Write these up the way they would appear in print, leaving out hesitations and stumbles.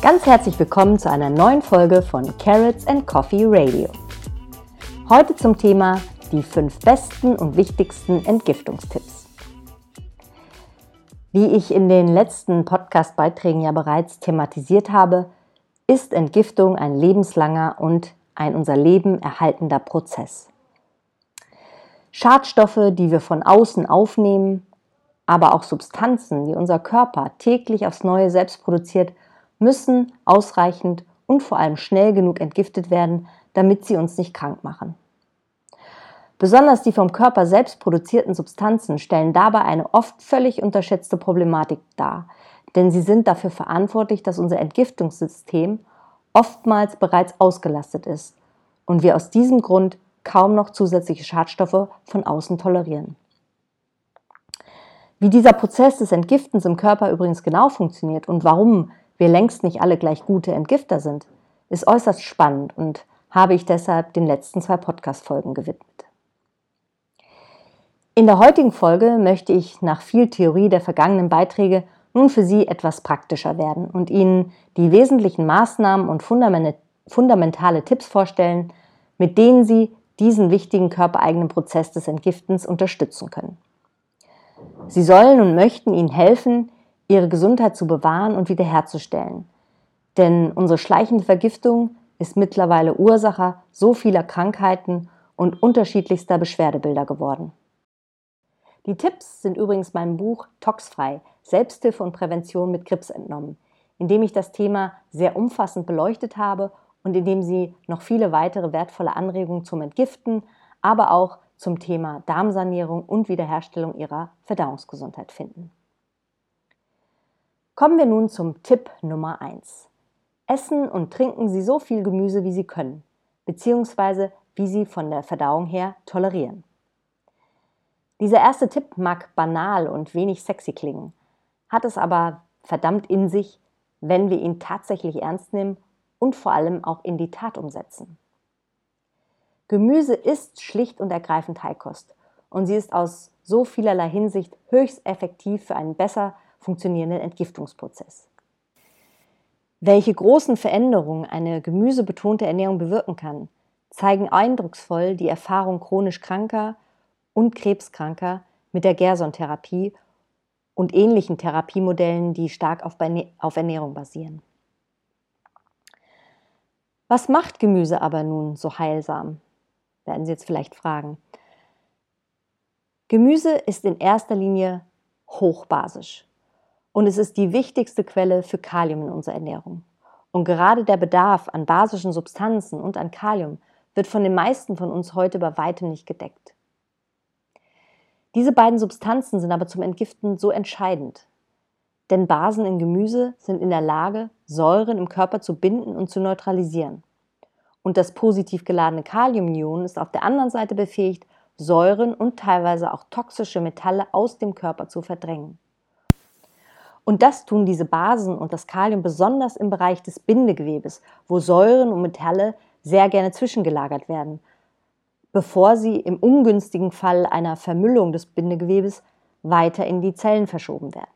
Ganz herzlich willkommen zu einer neuen Folge von Carrots and Coffee Radio. Heute zum Thema die 5 besten und wichtigsten Entgiftungstipps. Wie ich in den letzten Podcast-Beiträgen ja bereits thematisiert habe, ist Entgiftung ein lebenslanger und ein unser Leben erhaltender Prozess. Schadstoffe, die wir von außen aufnehmen, aber auch Substanzen, die unser Körper täglich aufs Neue selbst produziert, müssen ausreichend und vor allem schnell genug entgiftet werden, damit sie uns nicht krank machen. Besonders die vom Körper selbst produzierten Substanzen stellen dabei eine oft völlig unterschätzte Problematik dar, denn sie sind dafür verantwortlich, dass unser Entgiftungssystem oftmals bereits ausgelastet ist und wir aus diesem Grund kaum noch zusätzliche Schadstoffe von außen tolerieren. Wie dieser Prozess des Entgiftens im Körper übrigens genau funktioniert und warum wir längst nicht alle gleich gute Entgifter sind, ist äußerst spannend und habe ich deshalb den letzten 2 Podcast-Folgen gewidmet. In der heutigen Folge möchte ich nach viel Theorie der vergangenen Beiträge nun für Sie etwas praktischer werden und Ihnen die wesentlichen Maßnahmen und fundamentale Tipps vorstellen, mit denen Sie diesen wichtigen körpereigenen Prozess des Entgiftens unterstützen können. Sie sollen und möchten Ihnen helfen, Ihre Gesundheit zu bewahren und wiederherzustellen. Denn unsere schleichende Vergiftung ist mittlerweile Ursache so vieler Krankheiten und unterschiedlichster Beschwerdebilder geworden. Die Tipps sind übrigens meinem Buch Toxfrei – Selbsthilfe und Prävention mit Krebs entnommen, in dem ich das Thema sehr umfassend beleuchtet habe und in dem Sie noch viele weitere wertvolle Anregungen zum Entgiften, aber auch zum Thema Darmsanierung und Wiederherstellung Ihrer Verdauungsgesundheit finden. Kommen wir nun zum Tipp Nummer 1. Essen und trinken Sie so viel Gemüse, wie Sie können, beziehungsweise wie Sie von der Verdauung her tolerieren. Dieser erste Tipp mag banal und wenig sexy klingen, hat es aber verdammt in sich, wenn wir ihn tatsächlich ernst nehmen und vor allem auch in die Tat umsetzen. Gemüse ist schlicht und ergreifend Heilkost und sie ist aus so vielerlei Hinsicht höchst effektiv für einen besser funktionierenden Entgiftungsprozess. Welche großen Veränderungen eine gemüsebetonte Ernährung bewirken kann, zeigen eindrucksvoll die Erfahrung chronisch Kranker und Krebskranker mit der Gerson-Therapie und ähnlichen Therapiemodellen, die stark auf Ernährung basieren. Was macht Gemüse aber nun so heilsam? Werden Sie jetzt vielleicht fragen. Gemüse ist in erster Linie hochbasisch und es ist die wichtigste Quelle für Kalium in unserer Ernährung. Und gerade der Bedarf an basischen Substanzen und an Kalium wird von den meisten von uns heute bei weitem nicht gedeckt. Diese beiden Substanzen sind aber zum Entgiften so entscheidend, denn Basen in Gemüse sind in der Lage, Säuren im Körper zu binden und zu neutralisieren. Und das positiv geladene Kaliumion ist auf der anderen Seite befähigt, Säuren und teilweise auch toxische Metalle aus dem Körper zu verdrängen. Und das tun diese Basen und das Kalium besonders im Bereich des Bindegewebes, wo Säuren und Metalle sehr gerne zwischengelagert werden, bevor sie im ungünstigen Fall einer Vermüllung des Bindegewebes weiter in die Zellen verschoben werden.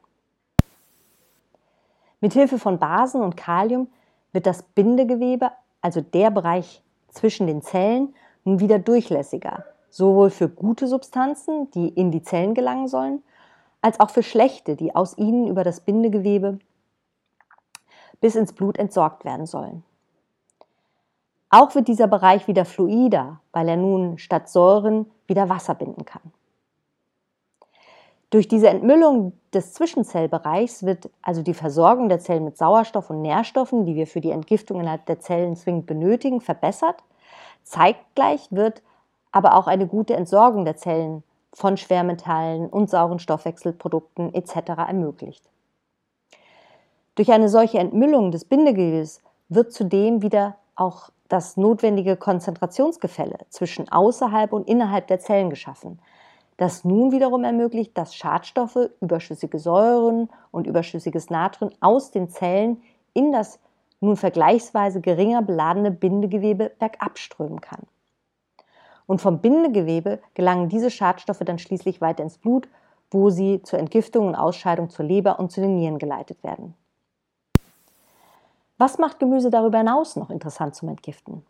Mithilfe von Basen und Kalium wird das Bindegewebe, also der Bereich zwischen den Zellen, nun wieder durchlässiger, sowohl für gute Substanzen, die in die Zellen gelangen sollen, als auch für schlechte, die aus ihnen über das Bindegewebe bis ins Blut entsorgt werden sollen. Auch wird dieser Bereich wieder fluider, weil er nun statt Säuren wieder Wasser binden kann. Durch diese Entmüllung des Zwischenzellbereichs wird also die Versorgung der Zellen mit Sauerstoff und Nährstoffen, die wir für die Entgiftung innerhalb der Zellen zwingend benötigen, verbessert. Zeitgleich wird aber auch eine gute Entsorgung der Zellen von Schwermetallen und sauren Stoffwechselprodukten etc. ermöglicht. Durch eine solche Entmüllung des Bindegewebes wird zudem wieder auch das notwendige Konzentrationsgefälle zwischen außerhalb und innerhalb der Zellen geschaffen, das nun wiederum ermöglicht, dass Schadstoffe, überschüssige Säuren und überschüssiges Natrium aus den Zellen in das nun vergleichsweise geringer beladene Bindegewebe bergabströmen kann. Und vom Bindegewebe gelangen diese Schadstoffe dann schließlich weiter ins Blut, wo sie zur Entgiftung und Ausscheidung zur Leber und zu den Nieren geleitet werden. Was macht Gemüse darüber hinaus noch interessant zum Entgiften?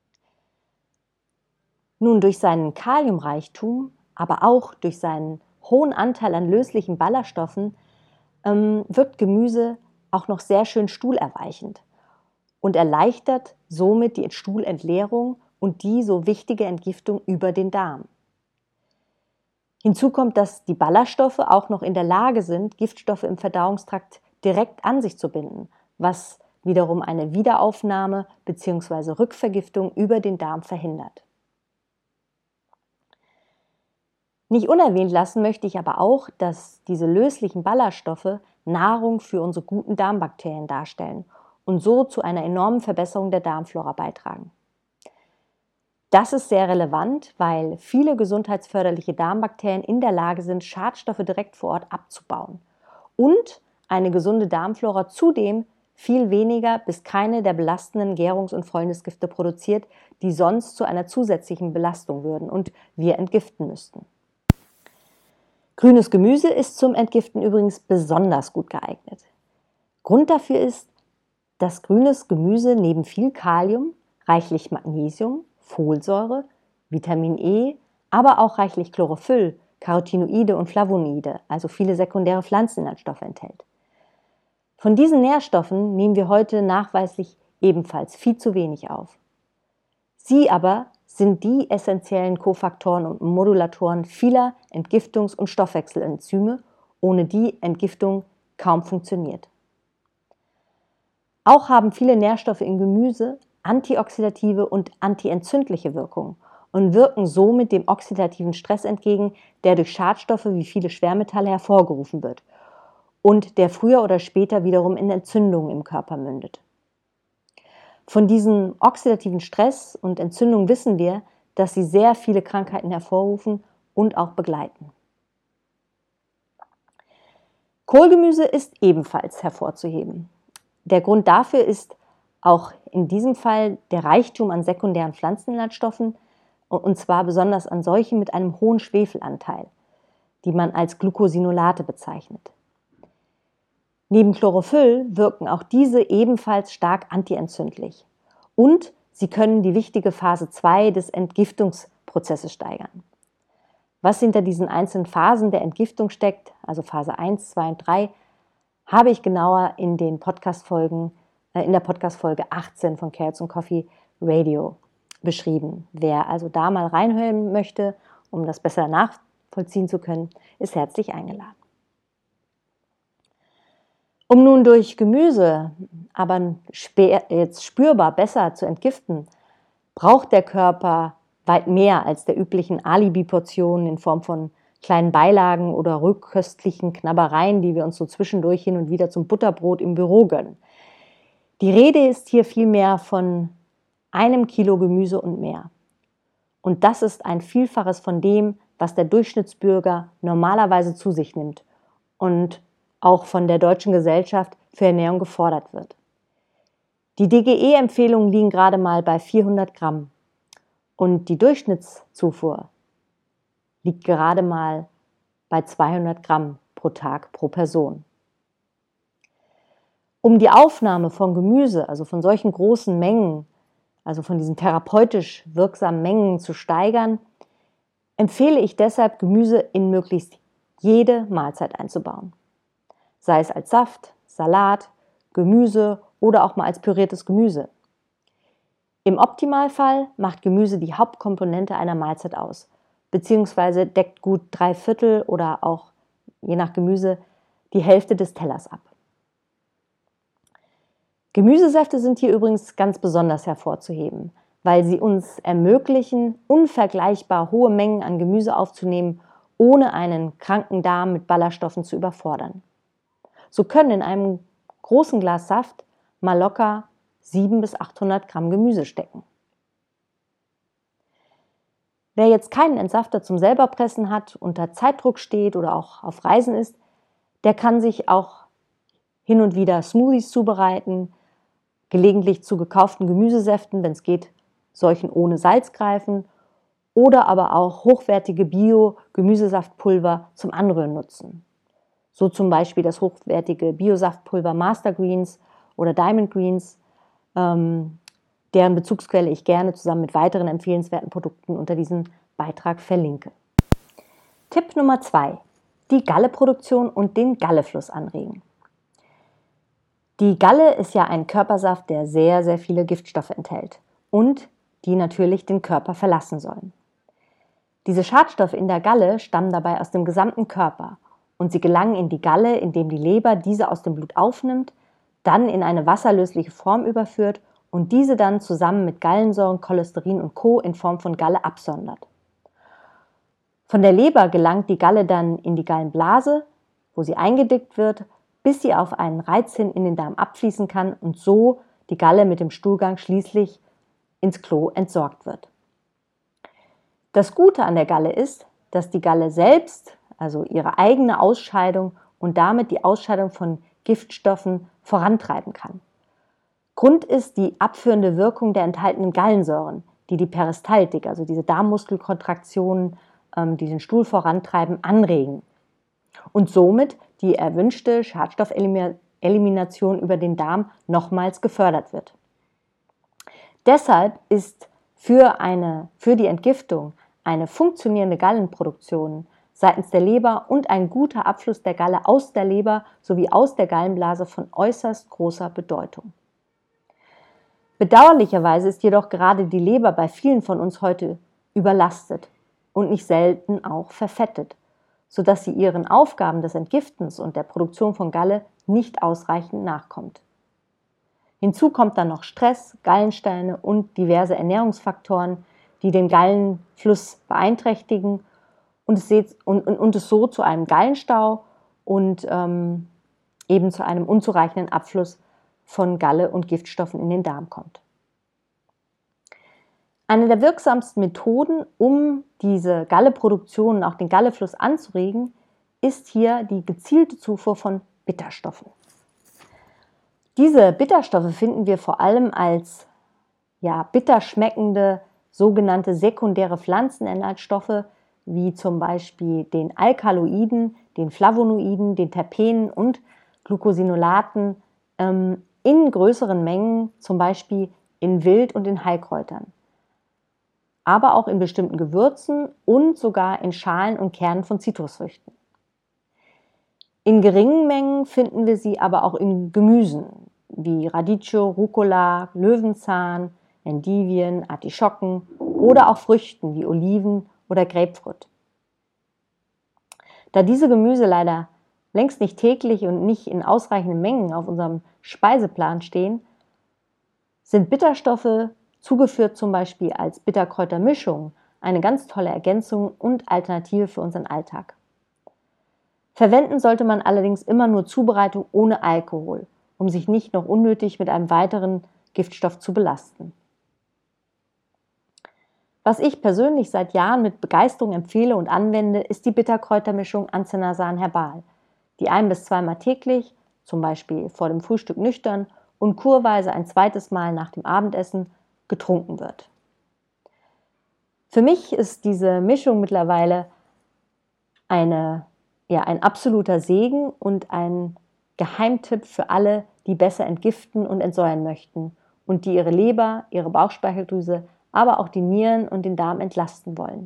Nun, durch seinen Kaliumreichtum, aber auch durch seinen hohen Anteil an löslichen Ballaststoffen wirkt Gemüse auch noch sehr schön stuhlerweichend und erleichtert somit die Stuhlentleerung und die so wichtige Entgiftung über den Darm. Hinzu kommt, dass die Ballaststoffe auch noch in der Lage sind, Giftstoffe im Verdauungstrakt direkt an sich zu binden, was wiederum eine Wiederaufnahme bzw. Rückvergiftung über den Darm verhindert. Nicht unerwähnt lassen möchte ich aber auch, dass diese löslichen Ballaststoffe Nahrung für unsere guten Darmbakterien darstellen und so zu einer enormen Verbesserung der Darmflora beitragen. Das ist sehr relevant, weil viele gesundheitsförderliche Darmbakterien in der Lage sind, Schadstoffe direkt vor Ort abzubauen und eine gesunde Darmflora zudem viel weniger bis keine der belastenden Gärungs- und Fäulnisgifte produziert, die sonst zu einer zusätzlichen Belastung würden und wir entgiften müssten. Grünes Gemüse ist zum Entgiften übrigens besonders gut geeignet. Grund dafür ist, dass grünes Gemüse neben viel Kalium, reichlich Magnesium, Folsäure, Vitamin E, aber auch reichlich Chlorophyll, Carotinoide und Flavonoide, also viele sekundäre Pflanzeninhaltsstoffe enthält. Von diesen Nährstoffen nehmen wir heute nachweislich ebenfalls viel zu wenig auf. Sie aber sind die essentiellen Kofaktoren und Modulatoren vieler Entgiftungs- und Stoffwechselenzyme, ohne die Entgiftung kaum funktioniert. Auch haben viele Nährstoffe in Gemüse antioxidative und antientzündliche Wirkung und wirken somit dem oxidativen Stress entgegen, der durch Schadstoffe wie viele Schwermetalle hervorgerufen wird und der früher oder später wiederum in Entzündungen im Körper mündet. Von diesem oxidativen Stress und Entzündung wissen wir, dass sie sehr viele Krankheiten hervorrufen und auch begleiten. Kohlgemüse ist ebenfalls hervorzuheben. Der Grund dafür ist auch in diesem Fall der Reichtum an sekundären Pflanzeninhaltsstoffen und zwar besonders an solchen mit einem hohen Schwefelanteil, die man als Glucosinolate bezeichnet. Neben Chlorophyll wirken auch diese ebenfalls stark antientzündlich und sie können die wichtige Phase 2 des Entgiftungsprozesses steigern. Was hinter diesen einzelnen Phasen der Entgiftung steckt, also Phase 1, 2 und 3, habe ich genauer in der Podcast-Folge 18 von Carrots and Coffee Radio beschrieben. Wer also da mal reinhören möchte, um das besser nachvollziehen zu können, ist herzlich eingeladen. Um nun durch Gemüse aber jetzt spürbar besser zu entgiften, braucht der Körper weit mehr als der üblichen Alibi-Portionen in Form von kleinen Beilagen oder rückköstlichen Knabbereien, die wir uns so zwischendurch hin und wieder zum Butterbrot im Büro gönnen. Die Rede ist hier vielmehr von 1 Kilo Gemüse und mehr. Und das ist ein Vielfaches von dem, was der Durchschnittsbürger normalerweise zu sich nimmt und auch von der Deutschen Gesellschaft für Ernährung gefordert wird. Die DGE-Empfehlungen liegen gerade mal bei 400 Gramm und die Durchschnittszufuhr liegt gerade mal bei 200 Gramm pro Tag pro Person. Um die Aufnahme von Gemüse, also von solchen großen Mengen, also von diesen therapeutisch wirksamen Mengen zu steigern, empfehle ich deshalb, Gemüse in möglichst jede Mahlzeit einzubauen. Sei es als Saft, Salat, Gemüse oder auch mal als püriertes Gemüse. Im Optimalfall macht Gemüse die Hauptkomponente einer Mahlzeit aus, beziehungsweise deckt gut 3/4 oder auch, je nach Gemüse, die Hälfte des Tellers ab. Gemüsesäfte sind hier übrigens ganz besonders hervorzuheben, weil sie uns ermöglichen, unvergleichbar hohe Mengen an Gemüse aufzunehmen, ohne einen kranken Darm mit Ballaststoffen zu überfordern. So können in einem großen Glas Saft mal locker 700 bis 800 Gramm Gemüse stecken. Wer jetzt keinen Entsafter zum selberpressen hat, unter Zeitdruck steht oder auch auf Reisen ist, der kann sich auch hin und wieder Smoothies zubereiten, gelegentlich zu gekauften Gemüsesäften, wenn es geht, solchen ohne Salz greifen oder aber auch hochwertige Bio-Gemüsesaftpulver zum Anrühren nutzen. So zum Beispiel das hochwertige Biosaftpulver Master Greens oder Diamond Greens, deren Bezugsquelle ich gerne zusammen mit weiteren empfehlenswerten Produkten unter diesem Beitrag verlinke. Tipp Nummer 2. Die Galleproduktion und den Gallefluss anregen. Die Galle ist ja ein Körpersaft, der sehr, sehr viele Giftstoffe enthält und die natürlich den Körper verlassen sollen. Diese Schadstoffe in der Galle stammen dabei aus dem gesamten Körper und sie gelangen in die Galle, indem die Leber diese aus dem Blut aufnimmt, dann in eine wasserlösliche Form überführt und diese dann zusammen mit Gallensäuren, Cholesterin und Co. in Form von Galle absondert. Von der Leber gelangt die Galle dann in die Gallenblase, wo sie eingedickt wird, bis sie auf einen Reiz hin in den Darm abfließen kann und so die Galle mit dem Stuhlgang schließlich ins Klo entsorgt wird. Das Gute an der Galle ist, dass die Galle selbst, also ihre eigene Ausscheidung und damit die Ausscheidung von Giftstoffen vorantreiben kann. Grund ist die abführende Wirkung der enthaltenen Gallensäuren, die die Peristaltik, also diese Darmmuskelkontraktionen, die den Stuhl vorantreiben, anregen und somit die erwünschte Schadstoffelimination über den Darm nochmals gefördert wird. Deshalb ist für die Entgiftung eine funktionierende Gallenproduktion seitens der Leber und ein guter Abfluss der Galle aus der Leber sowie aus der Gallenblase von äußerst großer Bedeutung. Bedauerlicherweise ist jedoch gerade die Leber bei vielen von uns heute überlastet und nicht selten auch verfettet, sodass sie ihren Aufgaben des Entgiftens und der Produktion von Galle nicht ausreichend nachkommt. Hinzu kommt dann noch Stress, Gallensteine und diverse Ernährungsfaktoren, die den Gallenfluss beeinträchtigen und es so zu einem Gallenstau und eben zu einem unzureichenden Abfluss von Galle und Giftstoffen in den Darm kommt. Eine der wirksamsten Methoden, um diese Galleproduktion und auch den Gallefluss anzuregen, ist hier die gezielte Zufuhr von Bitterstoffen. Diese Bitterstoffe finden wir vor allem als bitter schmeckende sogenannte sekundäre Pflanzeninhaltsstoffe, wie zum Beispiel den Alkaloiden, den Flavonoiden, den Terpenen und Glucosinolaten in größeren Mengen, zum Beispiel in Wild- und in Heilkräutern, aber auch in bestimmten Gewürzen und sogar in Schalen und Kernen von Zitrusfrüchten. In geringen Mengen finden wir sie aber auch in Gemüsen wie Radicchio, Rucola, Löwenzahn, Endivien, Artischocken oder auch Früchten wie Oliven oder Grapefruit. Da diese Gemüse leider längst nicht täglich und nicht in ausreichenden Mengen auf unserem Speiseplan stehen, sind Bitterstoffe, zugeführt zum Beispiel als Bitterkräutermischung, eine ganz tolle Ergänzung und Alternative für unseren Alltag. Verwenden sollte man allerdings immer nur Zubereitung ohne Alkohol, um sich nicht noch unnötig mit einem weiteren Giftstoff zu belasten. Was ich persönlich seit Jahren mit Begeisterung empfehle und anwende, ist die Bitterkräutermischung Ancenasan Herbal, die 1- bis 2-mal täglich, zum Beispiel vor dem Frühstück nüchtern und kurweise ein zweites Mal nach dem Abendessen, getrunken wird. Für mich ist diese Mischung mittlerweile ein absoluter Segen und ein Geheimtipp für alle, die besser entgiften und entsäuern möchten und die ihre Leber, ihre Bauchspeicheldrüse, aber auch die Nieren und den Darm entlasten wollen.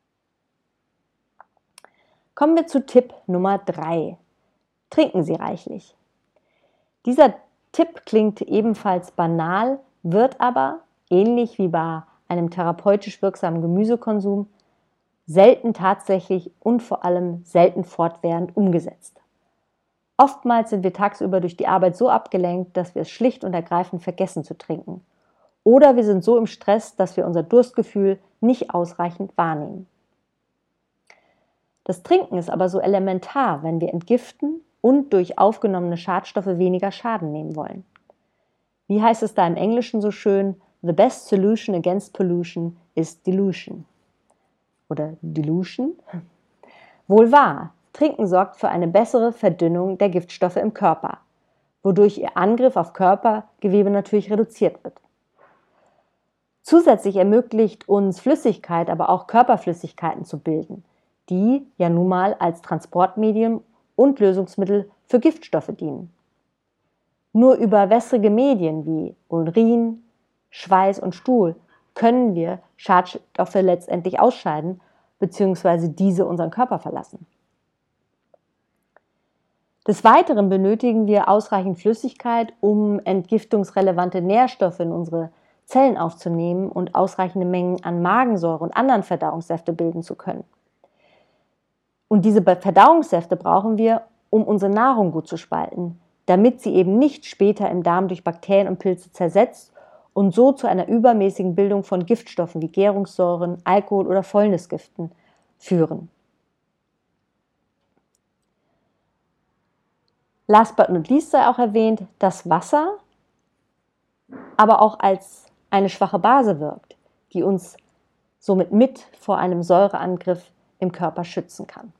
Kommen wir zu Tipp Nummer 3. Trinken Sie reichlich. Dieser Tipp klingt ebenfalls banal, wird aber, ähnlich wie bei einem therapeutisch wirksamen Gemüsekonsum, selten tatsächlich und vor allem selten fortwährend umgesetzt. Oftmals sind wir tagsüber durch die Arbeit so abgelenkt, dass wir es schlicht und ergreifend vergessen zu trinken. Oder wir sind so im Stress, dass wir unser Durstgefühl nicht ausreichend wahrnehmen. Das Trinken ist aber so elementar, wenn wir entgiften und durch aufgenommene Schadstoffe weniger Schaden nehmen wollen. Wie heißt es da im Englischen so schön? The best solution against pollution is dilution. Oder Dilution? Wohl wahr, Trinken sorgt für eine bessere Verdünnung der Giftstoffe im Körper, wodurch ihr Angriff auf Körpergewebe natürlich reduziert wird. Zusätzlich ermöglicht uns Flüssigkeit, aber auch Körperflüssigkeiten zu bilden, die ja nun mal als Transportmedium und Lösungsmittel für Giftstoffe dienen. Nur über wässrige Medien wie Urin, Schweiß und Stuhl können wir Schadstoffe letztendlich ausscheiden bzw. diese unseren Körper verlassen. Des Weiteren benötigen wir ausreichend Flüssigkeit, um entgiftungsrelevante Nährstoffe in unsere Zellen aufzunehmen und ausreichende Mengen an Magensäure und anderen Verdauungssäfte bilden zu können. Und diese Verdauungssäfte brauchen wir, um unsere Nahrung gut zu spalten, damit sie eben nicht später im Darm durch Bakterien und Pilze zersetzt und so zu einer übermäßigen Bildung von Giftstoffen wie Gärungssäuren, Alkohol oder Fäulnisgiften führen. Last but not least sei auch erwähnt, dass Wasser aber auch als eine schwache Base wirkt, die uns somit mit vor einem Säureangriff im Körper schützen kann.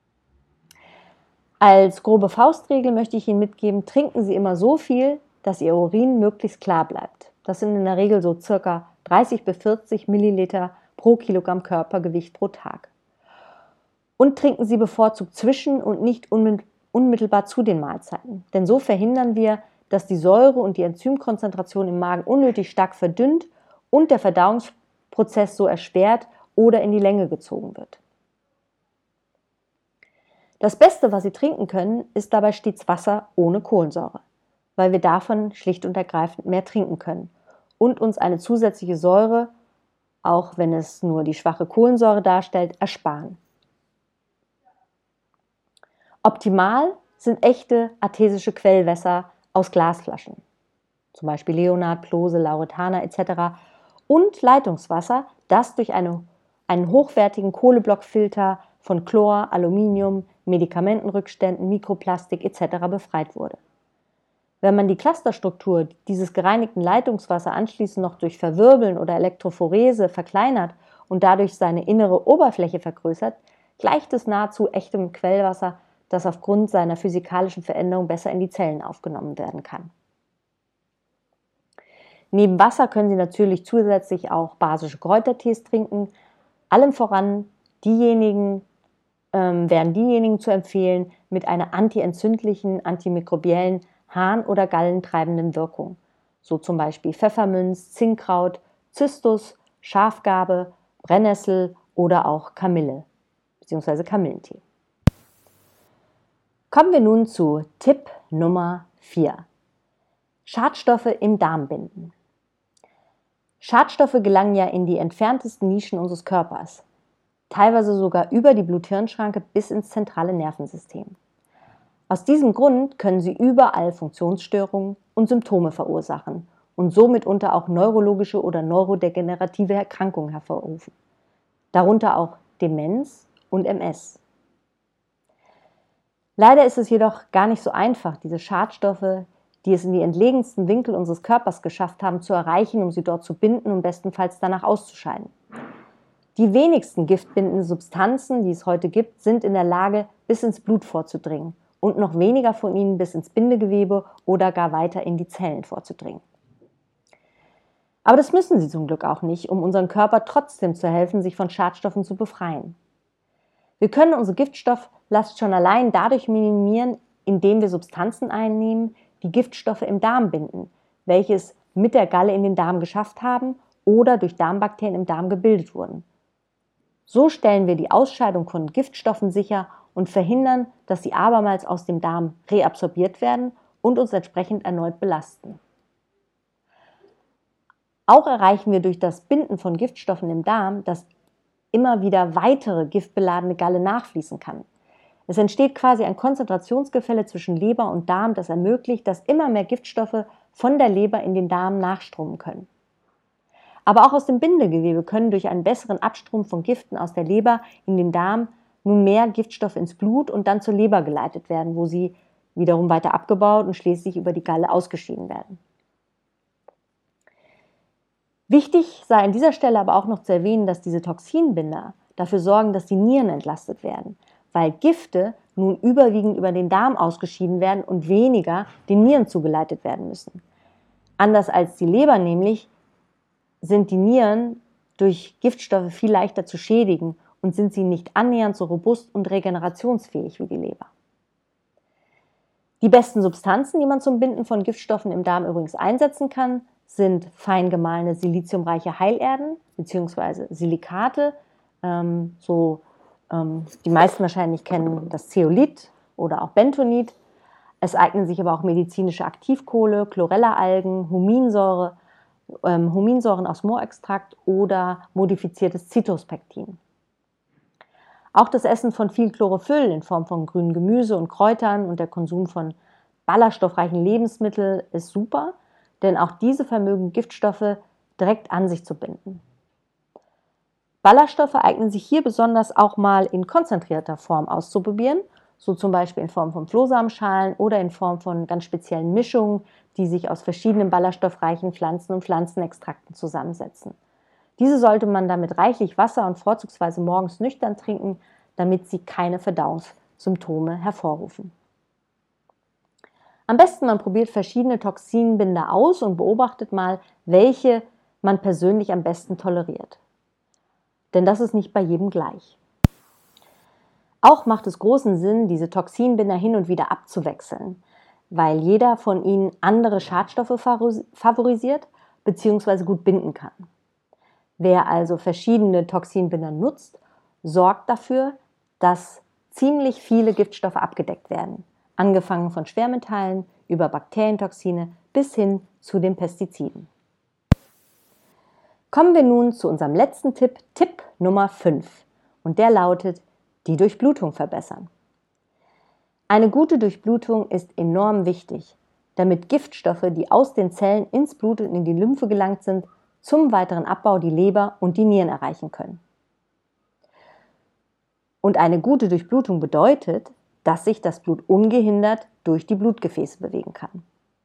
Als grobe Faustregel möchte ich Ihnen mitgeben, trinken Sie immer so viel, dass Ihr Urin möglichst klar bleibt. Das sind in der Regel so circa 30 bis 40 Milliliter pro Kilogramm Körpergewicht pro Tag. Und trinken Sie bevorzugt zwischen und nicht unmittelbar zu den Mahlzeiten. Denn so verhindern wir, dass die Säure und die Enzymkonzentration im Magen unnötig stark verdünnt und der Verdauungsprozess so erschwert oder in die Länge gezogen wird. Das Beste, was Sie trinken können, ist dabei stets Wasser ohne Kohlensäure, weil wir davon schlicht und ergreifend mehr trinken können und uns eine zusätzliche Säure, auch wenn es nur die schwache Kohlensäure darstellt, ersparen. Optimal sind echte artesische Quellwässer aus Glasflaschen, zum Beispiel Leonard, Plose, Lauretana etc. und Leitungswasser, das durch einen hochwertigen Kohleblockfilter von Chlor, Aluminium, Medikamentenrückständen, Mikroplastik etc. befreit wurde. Wenn man die Clusterstruktur dieses gereinigten Leitungswassers anschließend noch durch Verwirbeln oder Elektrophorese verkleinert und dadurch seine innere Oberfläche vergrößert, gleicht es nahezu echtem Quellwasser, das aufgrund seiner physikalischen Veränderung besser in die Zellen aufgenommen werden kann. Neben Wasser können Sie natürlich zusätzlich auch basische Kräutertees trinken. Allem voran wären diejenigen zu empfehlen mit einer antientzündlichen, antimikrobiellen, Harn- oder gallentreibenden Wirkung. So zum Beispiel Pfefferminz, Zinkkraut, Zistus, Schafgarbe, Brennnessel oder auch Kamille bzw. Kamillentee. Kommen wir nun zu Tipp Nummer 4. Schadstoffe im Darm binden. Schadstoffe gelangen ja in die entferntesten Nischen unseres Körpers, teilweise sogar über die Blut-Hirn-Schranke bis ins zentrale Nervensystem. Aus diesem Grund können sie überall Funktionsstörungen und Symptome verursachen und so mitunter auch neurologische oder neurodegenerative Erkrankungen hervorrufen, darunter auch Demenz und MS. Leider ist es jedoch gar nicht so einfach, diese Schadstoffe, die es in die entlegensten Winkel unseres Körpers geschafft haben, zu erreichen, um sie dort zu binden und bestenfalls danach auszuscheiden. Die wenigsten giftbindenden Substanzen, die es heute gibt, sind in der Lage, bis ins Blut vorzudringen und noch weniger von ihnen bis ins Bindegewebe oder gar weiter in die Zellen vorzudringen. Aber das müssen sie zum Glück auch nicht, um unserem Körper trotzdem zu helfen, sich von Schadstoffen zu befreien. Wir können unsere Giftstofflast schon allein dadurch minimieren, indem wir Substanzen einnehmen, die Giftstoffe im Darm binden, welche es mit der Galle in den Darm geschafft haben oder durch Darmbakterien im Darm gebildet wurden. So stellen wir die Ausscheidung von Giftstoffen sicher und verhindern, dass sie abermals aus dem Darm reabsorbiert werden und uns entsprechend erneut belasten. Auch erreichen wir durch das Binden von Giftstoffen im Darm, dass immer wieder weitere giftbeladene Galle nachfließen kann. Es entsteht quasi ein Konzentrationsgefälle zwischen Leber und Darm, das ermöglicht, dass immer mehr Giftstoffe von der Leber in den Darm nachströmen können. Aber auch aus dem Bindegewebe können durch einen besseren Abstrom von Giften aus der Leber in den Darm nun mehr Giftstoffe ins Blut und dann zur Leber geleitet werden, wo sie wiederum weiter abgebaut und schließlich über die Galle ausgeschieden werden. Wichtig sei an dieser Stelle aber auch noch zu erwähnen, dass diese Toxinbinder dafür sorgen, dass die Nieren entlastet werden, weil Gifte nun überwiegend über den Darm ausgeschieden werden und weniger den Nieren zugeleitet werden müssen. Anders als die Leber nämlich sind die Nieren durch Giftstoffe viel leichter zu schädigen und sind sie nicht annähernd so robust und regenerationsfähig wie die Leber. Die besten Substanzen, die man zum Binden von Giftstoffen im Darm übrigens einsetzen kann, sind fein gemahlene siliziumreiche Heilerden bzw. Silikate. Die meisten wahrscheinlich kennen das Zeolit oder auch Bentonit. Es eignen sich aber auch medizinische Aktivkohle, Chlorella-Algen, Huminsäuren aus Moorextrakt oder modifiziertes Citruspektin. Auch das Essen von viel Chlorophyll in Form von grünem Gemüse und Kräutern und der Konsum von ballaststoffreichen Lebensmitteln ist super, denn auch diese vermögen Giftstoffe direkt an sich zu binden. Ballaststoffe eignen sich hier besonders auch mal in konzentrierter Form auszuprobieren, so zum Beispiel in Form von Flohsamenschalen oder in Form von ganz speziellen Mischungen, die sich aus verschiedenen ballaststoffreichen Pflanzen und Pflanzenextrakten zusammensetzen. Diese sollte man dann mit reichlich Wasser und vorzugsweise morgens nüchtern trinken, damit sie keine Verdauungssymptome hervorrufen. Am besten man probiert verschiedene Toxinbinder aus und beobachtet mal, welche man persönlich am besten toleriert. Denn das ist nicht bei jedem gleich. Auch macht es großen Sinn, diese Toxinbinder hin und wieder abzuwechseln, weil jeder von ihnen andere Schadstoffe favorisiert bzw. gut binden kann. Wer also verschiedene Toxinbinder nutzt, sorgt dafür, dass ziemlich viele Giftstoffe abgedeckt werden, angefangen von Schwermetallen über Bakterientoxine bis hin zu den Pestiziden. Kommen wir nun zu unserem letzten Tipp, Tipp Nummer 5. Und der lautet, die Durchblutung verbessern. Eine gute Durchblutung ist enorm wichtig, damit Giftstoffe, die aus den Zellen ins Blut und in die Lymphe gelangt sind, zum weiteren Abbau die Leber und die Nieren erreichen können. Und eine gute Durchblutung bedeutet, dass sich das Blut ungehindert durch die Blutgefäße bewegen kann.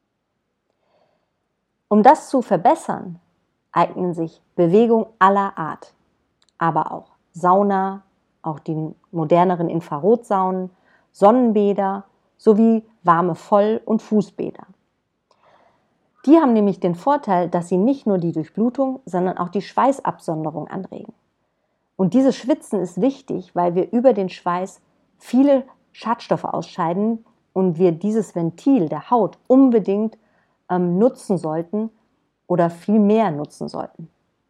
Um das zu verbessern, eignen sich Bewegung aller Art, aber auch Sauna, auch die moderneren Infrarotsaunen, Sonnenbäder sowie warme Voll- und Fußbäder. Die haben nämlich den Vorteil, dass sie nicht nur die Durchblutung, sondern auch die Schweißabsonderung anregen. Und dieses Schwitzen ist wichtig, weil wir über den Schweiß viele Schadstoffe ausscheiden und wir dieses Ventil der Haut unbedingt nutzen sollten oder viel mehr nutzen sollten.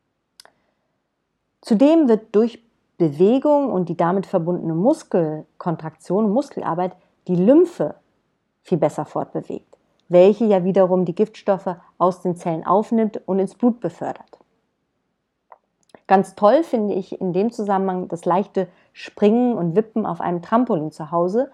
Zudem wird durch Bewegung und die damit verbundene Muskelkontraktion, Muskelarbeit, die Lymphe viel besser fortbewegt, welche ja wiederum die Giftstoffe aus den Zellen aufnimmt und ins Blut befördert. Ganz toll finde ich in dem Zusammenhang das leichte Springen und Wippen auf einem Trampolin zu Hause,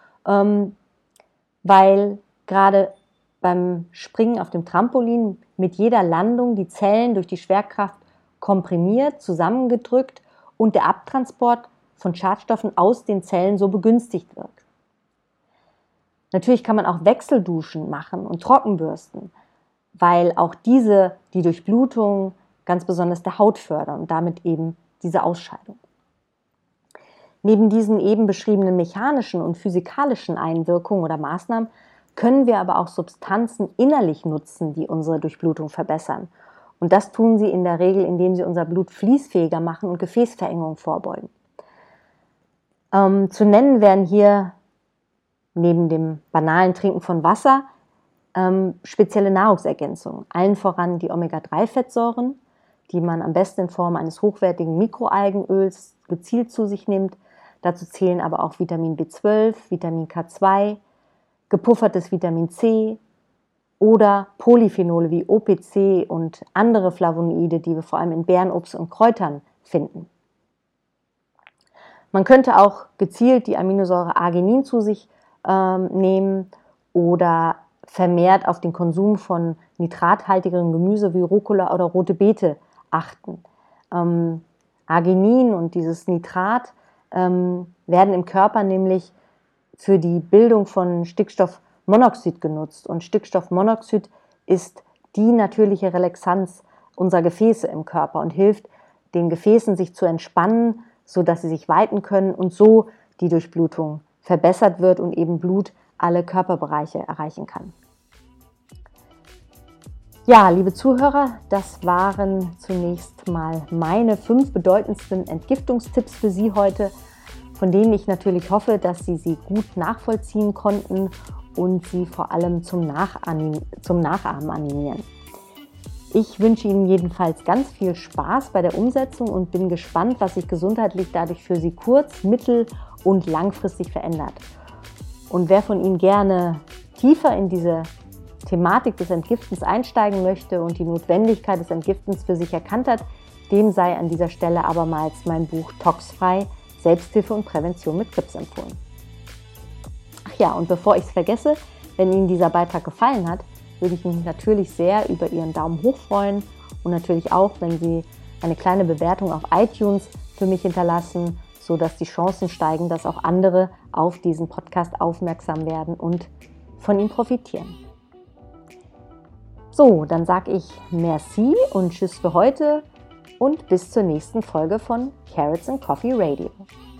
weil gerade beim Springen auf dem Trampolin mit jeder Landung die Zellen durch die Schwerkraft komprimiert, zusammengedrückt und der Abtransport von Schadstoffen aus den Zellen so begünstigt wird. Natürlich kann man auch Wechselduschen machen und Trockenbürsten, weil auch diese die Durchblutung ganz besonders der Haut fördern und damit eben diese Ausscheidung. Neben diesen eben beschriebenen mechanischen und physikalischen Einwirkungen oder Maßnahmen können wir aber auch Substanzen innerlich nutzen, die unsere Durchblutung verbessern. Und das tun sie in der Regel, indem sie unser Blut fließfähiger machen und Gefäßverengung vorbeugen. Zu nennen wären hier neben dem banalen Trinken von Wasser spezielle Nahrungsergänzungen, allen voran die Omega-3-Fettsäuren, die man am besten in Form eines hochwertigen Mikroalgenöls gezielt zu sich nimmt. Dazu zählen aber auch Vitamin B12, Vitamin K2, gepuffertes Vitamin C oder Polyphenole wie OPC und andere Flavonoide, die wir vor allem in Beeren, Obst und Kräutern finden. Man könnte auch gezielt die Aminosäure Arginin zu sich nehmen oder vermehrt auf den Konsum von nitrathaltigem Gemüse wie Rucola oder rote Beete achten. Arginin und dieses Nitrat werden im Körper nämlich für die Bildung von Stickstoffmonoxid genutzt. Und Stickstoffmonoxid ist die natürliche Relaxanz unserer Gefäße im Körper und hilft den Gefäßen, sich zu entspannen, sodass sie sich weiten können und so die Durchblutung verbessert wird und eben Blut alle Körperbereiche erreichen kann. Ja, liebe Zuhörer, das waren zunächst mal meine 5 bedeutendsten Entgiftungstipps für Sie heute, von denen ich natürlich hoffe, dass Sie sie gut nachvollziehen konnten und Sie vor allem zum Nachahmen animieren. Ich wünsche Ihnen jedenfalls ganz viel Spaß bei der Umsetzung und bin gespannt, was sich gesundheitlich dadurch für Sie kurz-, mittel- und langfristig verändert. Und wer von Ihnen gerne tiefer in diese Thematik des Entgiftens einsteigen möchte und die Notwendigkeit des Entgiftens für sich erkannt hat, dem sei an dieser Stelle abermals mein Buch Toxfrei – Selbsthilfe und Prävention mit Krebs empfohlen. Ach ja, und bevor ich es vergesse, wenn Ihnen dieser Beitrag gefallen hat, würde ich mich natürlich sehr über Ihren Daumen hoch freuen und natürlich auch, wenn Sie eine kleine Bewertung auf iTunes für mich hinterlassen, sodass die Chancen steigen, dass auch andere auf diesen Podcast aufmerksam werden und von ihm profitieren. So, dann sage ich Merci und Tschüss für heute und bis zur nächsten Folge von Carrots and Coffee Radio.